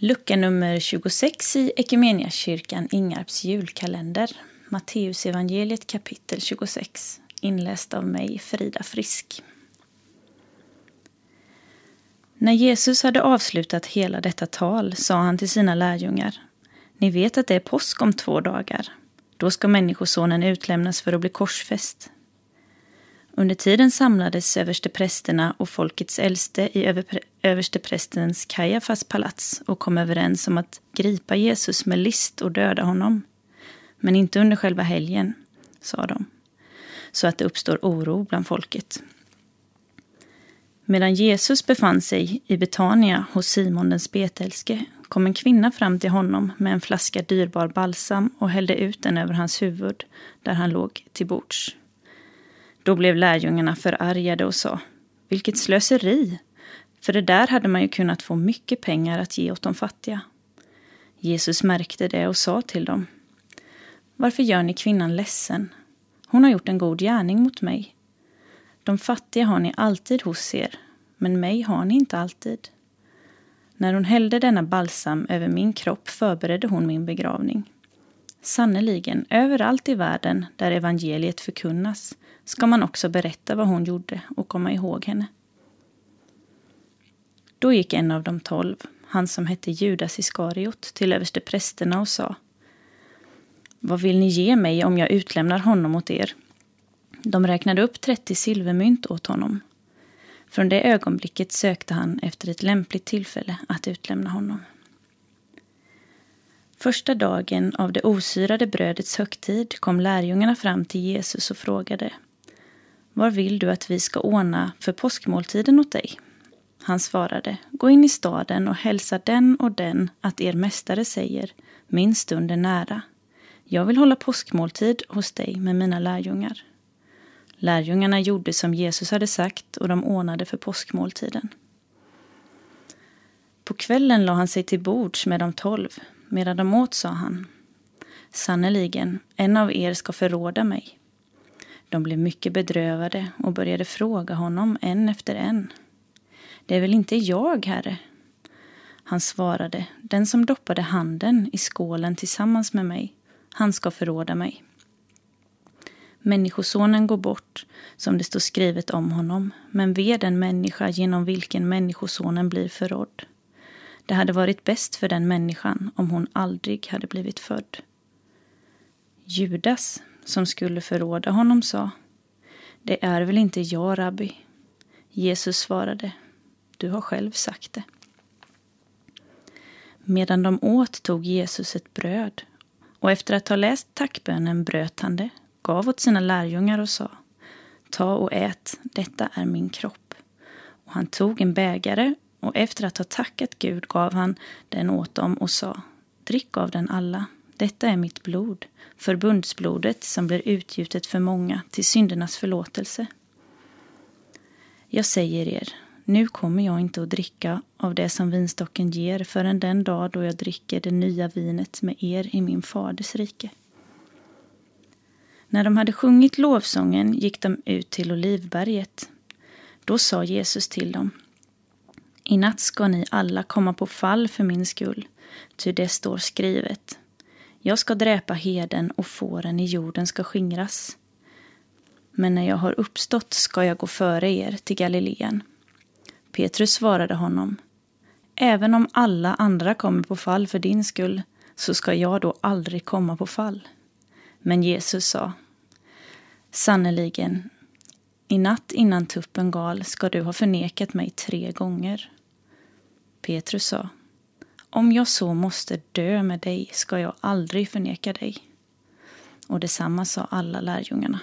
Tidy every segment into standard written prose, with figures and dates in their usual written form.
Lucka nummer 26 i Ekumeniakyrkan Ingarps julkalender. Matteus evangeliet kapitel 26. Inläst av mig, Frida Frisk. När Jesus hade avslutat hela detta tal sa han till sina lärjungar: Ni vet att det är påsk om 2 dagar. Då ska människosonen utlämnas för att bli korsfäst. Under tiden samlades översteprästerna och folkets äldste i översteprästens Kajafas palats och kom överens om att gripa Jesus med list och döda honom. Men inte under själva helgen, sa de, så att det uppstår oro bland folket. Medan Jesus befann sig i Betania hos Simon den spetälske kom en kvinna fram till honom med en flaska dyrbar balsam och hällde ut den över hans huvud där han låg till bords. Då blev lärjungarna förargade och sa: Vilket slöseri! För det där hade man ju kunnat få mycket pengar att ge åt de fattiga. Jesus märkte det och sa till dem: Varför gör ni kvinnan ledsen? Hon har gjort en god gärning mot mig. De fattiga har ni alltid hos er, men mig har ni inte alltid. När hon hällde denna balsam över min kropp förberedde hon min begravning. Sannoliken, överallt i världen där evangeliet förkunnas ska man också berätta vad hon gjorde och komma ihåg henne. Då gick en av de 12, han som hette Judas Iskariot, till översteprästerna och sa: Vad vill ni ge mig om jag utlämnar honom åt er? De räknade upp 30 silvermynt åt honom. Från det ögonblicket sökte han efter ett lämpligt tillfälle att utlämna honom. Första dagen av det osyrade brödets högtid kom lärjungarna fram till Jesus och frågade: Var vill du att vi ska ordna för påskmåltiden åt dig? Han svarade: Gå in i staden och hälsa den och den att er mästare säger: Min stund är nära. Jag vill hålla påskmåltid hos dig med mina lärjungar. Lärjungarna gjorde som Jesus hade sagt och de ordnade för påskmåltiden. På kvällen la han sig till bords med de 12. Medan de åt sa han: Sannoliken, en av er ska förråda mig. De blev mycket bedrövade och började fråga honom en efter en: Det är väl inte jag, Herre? Han svarade: Den som doppade handen i skålen tillsammans med mig, han ska förråda mig. Människosonen går bort, som det står skrivet om honom, men ve den människa genom vilken människosonen blir förrådd. Det hade varit bäst för den människan om hon aldrig hade blivit född. Judas, som skulle förråda honom, sa: Det är väl inte jag, rabbi? Jesus svarade: Du har själv sagt det. Medan de åt tog Jesus ett bröd, och efter att ha läst tackbönen bröt han det, gav åt sina lärjungar och sa: Ta och ät, detta är min kropp. Och han tog en bägare, och efter att ha tackat Gud gav han den åt dem och sa: Drick av den alla, detta är mitt blod, förbundsblodet som blir utgjutet för många till syndernas förlåtelse. Jag säger er, nu kommer jag inte att dricka av det som vinstocken ger förrän den dag då jag dricker det nya vinet med er i min faders rike. När de hade sjungit lovsången gick de ut till Olivberget. Då sa Jesus till dem: I natt ska ni alla komma på fall för min skull, ty det står skrivet: Jag ska dräpa herden och fåren i jorden ska skingras. Men när jag har uppstått ska jag gå före er till Galileen. Petrus svarade honom: Även om alla andra kommer på fall för din skull, så ska jag då aldrig komma på fall. Men Jesus sa: Sannoliken, i natt innan tuppen gal ska du ha förnekat mig 3 gånger. Petrus sa: Om jag så måste dö med dig ska jag aldrig förneka dig. Och detsamma sa alla lärjungarna.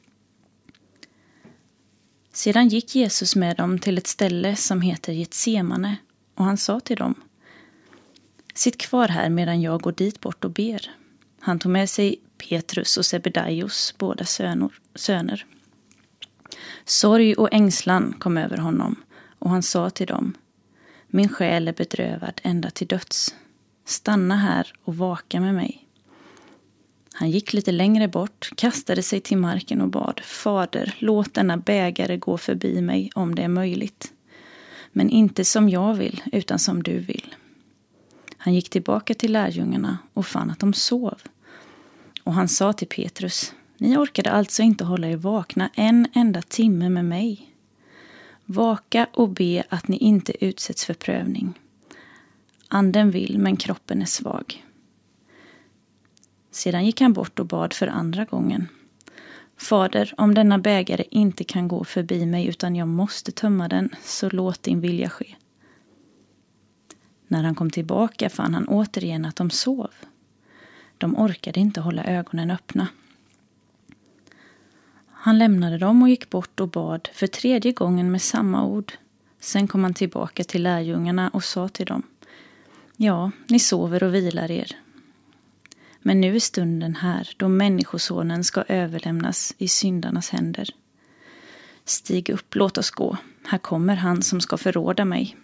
Sedan gick Jesus med dem till ett ställe som heter Getsemane, och han sa till dem: Sitt kvar här medan jag går dit bort och ber. Han tog med sig Petrus och Sebedaios, båda söner. Sorg och ängslan kom över honom, och han sa till dem: Min själ är bedrövad ända till döds. Stanna här och vaka med mig. Han gick lite längre bort, kastade sig till marken och bad: Fader, låt denna bägare gå förbi mig om det är möjligt. Men inte som jag vill, utan som du vill. Han gick tillbaka till lärjungarna och fann att de sov. Och han sa till Petrus: ni orkade alltså inte hålla er vakna en enda timme med mig. Vaka och be att ni inte utsätts för prövning. Anden vill, men kroppen är svag. Sedan gick han bort och bad för andra gången: Fader, om denna bägare inte kan gå förbi mig utan jag måste tömma den, så låt din vilja ske. När han kom tillbaka fann han återigen att de sov. De orkade inte hålla ögonen öppna. Han lämnade dem och gick bort och bad för tredje gången med samma ord. Sen kom han tillbaka till lärjungarna och sa till dem: ja, ni sover och vilar er. Men nu är stunden här då människosonen ska överlämnas i syndarnas händer. Stig upp, låt oss gå. Här kommer han som ska förråda mig.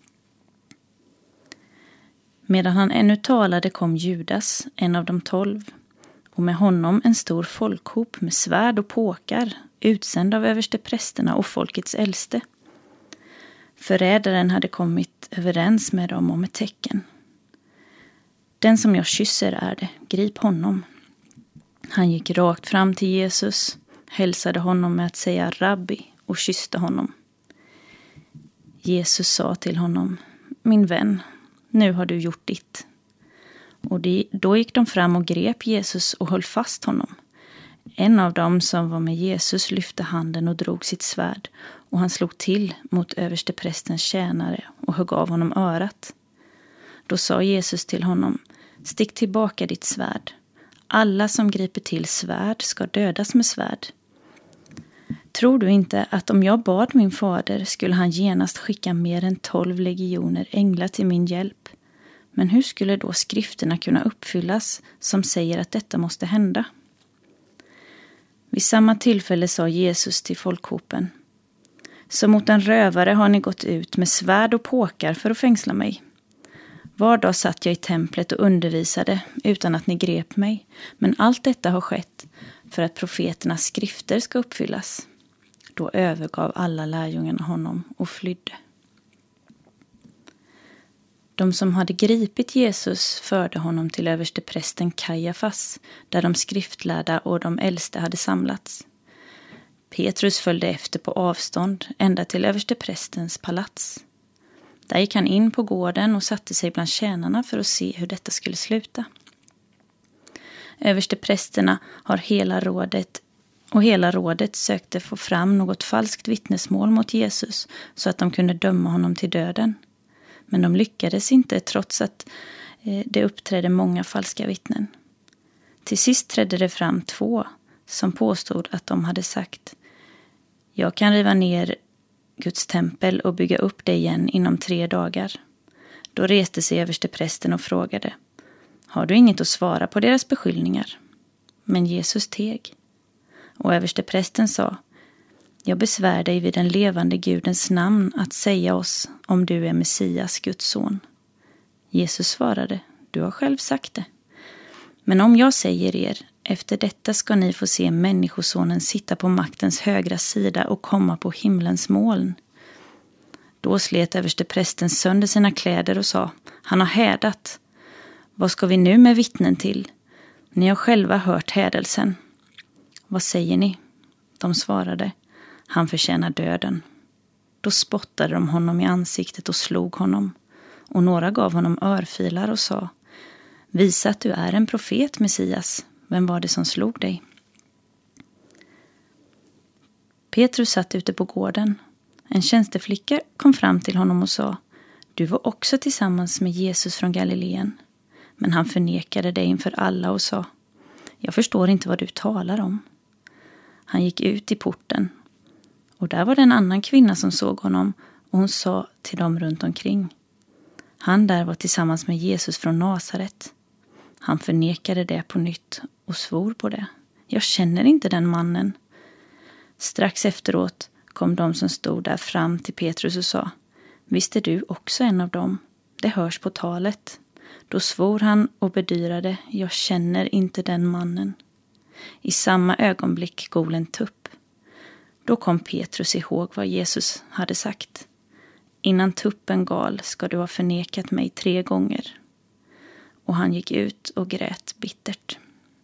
Medan han ännu talade kom Judas, en av de 12, och med honom en stor folkhop med svärd och påkar, utsänd av översteprästerna och folkets äldste. Förrädaren hade kommit överens med dem om ett tecken. Den som jag kysser är det, grip honom. Han gick rakt fram till Jesus, hälsade honom med att säga rabbi och kysste honom. Jesus sa till honom: min vän, nu har du gjort ditt. Och då gick de fram och grep Jesus och höll fast honom. En av dem som var med Jesus lyfte handen och drog sitt svärd, och han slog till mot översteprästens tjänare och högg av honom örat. Då sa Jesus till honom: stick tillbaka ditt svärd. Alla som griper till svärd ska dödas med svärd. Tror du inte att om jag bad min fader skulle han genast skicka mer än 12 legioner änglar till min hjälp? Men hur skulle då skrifterna kunna uppfyllas som säger att detta måste hända? Vid samma tillfälle sa Jesus till folkhopen: så mot en rövare har ni gått ut med svärd och påkar för att fängsla mig. Var dag satt jag i templet och undervisade utan att ni grep mig, men allt detta har skett för att profeternas skrifter ska uppfyllas. Då övergav alla lärjungarna honom och flydde. De som hade gripit Jesus förde honom till översteprästen Kajafas, där de skriftlärda och de äldste hade samlats. Petrus följde efter på avstånd ända till översteprästens palats. Där gick han in på gården och satte sig bland tjänarna för att se hur detta skulle sluta. Översteprästerna har hela rådet sökte få fram något falskt vittnesmål mot Jesus så att de kunde döma honom till döden. Men de lyckades inte, trots att det uppträdde många falska vittnen. Till sist trädde det fram 2 som påstod att de hade sagt: jag kan riva ner Guds tempel och bygga upp det igen inom 3 dagar. Då reste sig översteprästen och frågade: har du inget att svara på deras beskyllningar? Men Jesus teg. Och översteprästen sa: jag besvär dig vid den levande Gudens namn att säga oss om du är Messias, Guds son. Jesus svarade: du har själv sagt det. Men om jag säger er, efter detta ska ni få se människosonen sitta på maktens högra sida och komma på himlens moln. Då slet översteprästen sönder sina kläder och sa: han har hädat. Vad ska vi nu med vittnen till? Ni har själva hört hädelsen. Vad säger ni? De svarade: han förtjänar döden. Då spottade de honom i ansiktet och slog honom. Och några gav honom örfilar och sa: visa att du är en profet, Messias. Vem var det som slog dig? Petrus satt ute på gården. En tjänsteflicka kom fram till honom och sa: du var också tillsammans med Jesus från Galileen. Men han förnekade det inför alla och sa: jag förstår inte vad du talar om. Han gick ut i porten. Och där var det en annan kvinna som såg honom, och hon sa till dem runt omkring: han där var tillsammans med Jesus från Nasaret. Han förnekade det på nytt och svor på det: jag känner inte den mannen. Strax efteråt kom de som stod där fram till Petrus och sa: visst är du också en av dem? Det hörs på talet. Då svor han och bedyrade: jag känner inte den mannen. I samma ögonblick gol en tupp. Då kom Petrus ihåg vad Jesus hade sagt: innan tuppen gal ska du ha förnekat mig 3 gånger. och han gick ut och grät bittert.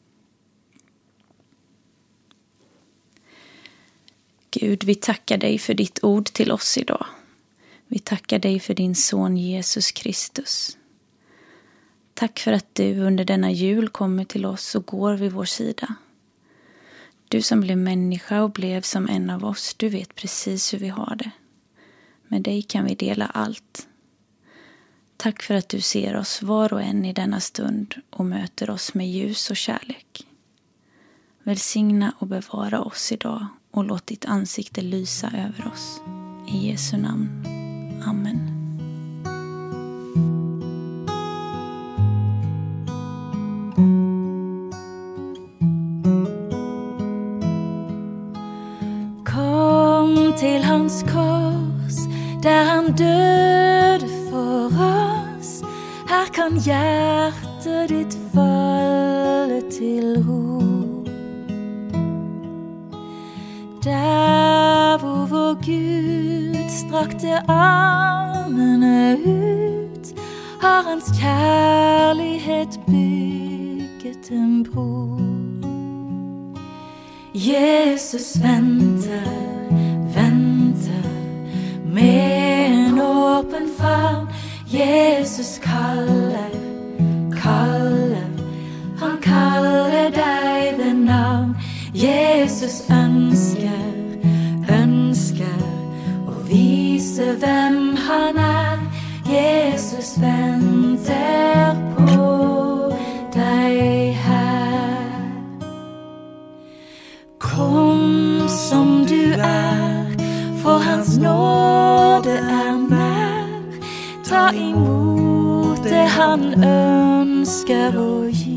Gud, vi tackar dig för ditt ord till oss idag. Vi tackar dig för din son Jesus Kristus. Tack för att du under denna jul kommer till oss och går vid vår sida. Du som blev människa och blev som en av oss, du vet precis hur vi har det. Med dig kan vi dela allt. Tack för att du ser oss var och en i denna stund och möter oss med ljus och kärlek. Välsigna och bevara oss idag och låt ditt ansikte lysa över oss. I Jesu namn. Amen. Kom till hans kors där han döde för oss. Här kan hjärtat ditt falla till ro. Där vår Gud sträckte armarna ut har hans kärlighet byggt en bro. Jesus väntar, väntar med en öppen famn. Jesus kallar, kallar, han kallar dig vid namn. Jesus önskar, önskar och visar vem han är. Jesus väntar på dig här. Kom som du är, för hans nåde är när. Ta emot det han önskar och ge.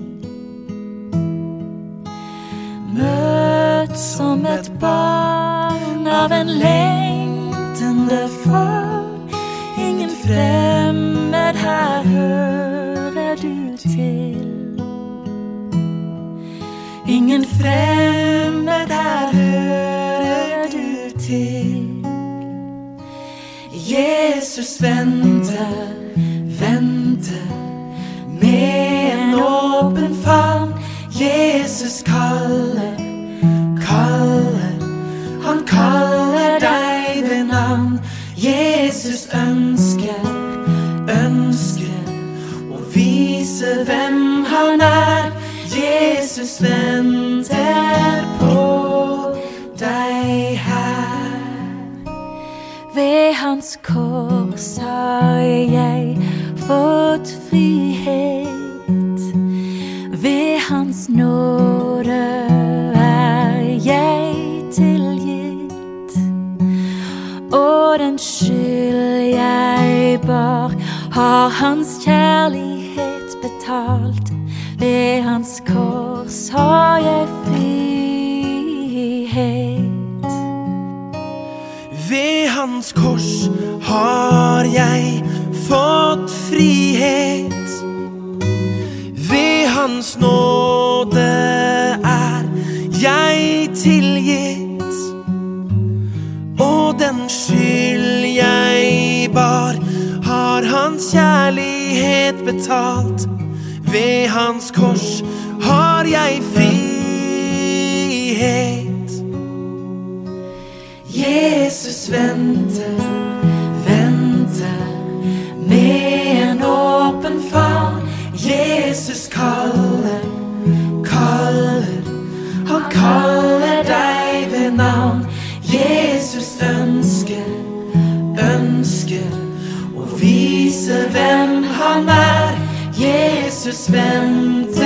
Möt som ett barn av en längtande far. Ingen främmande här hörer du till. Ingen främmande här hörer du till. Jesus väntar, väntar med en öppen famn. Jesus kallar, kallar, han kallar dig vid namn. Jesus önskar, önskar och visar vem han är. Jesus väntar på dig här. Vid hans kors har jag fått frihet. Vid hans nåde är jag tillgitt. Och den skyld jag bar har hans kärlighet betalt. Vid hans kors har jag frihet. Vid hans kors har jag fått frihet. Vid hans nåde är jag tillgitt. Och den skyld jag bar har hans kärlighet betalt. Vid hans kors har jag frihet. Jesus väntar, väntar med en öppen famn. Jesus kallar, kallar, han kallar dig vid namn. Jesus önskar, önskar och visar vem han är. Jesus väntar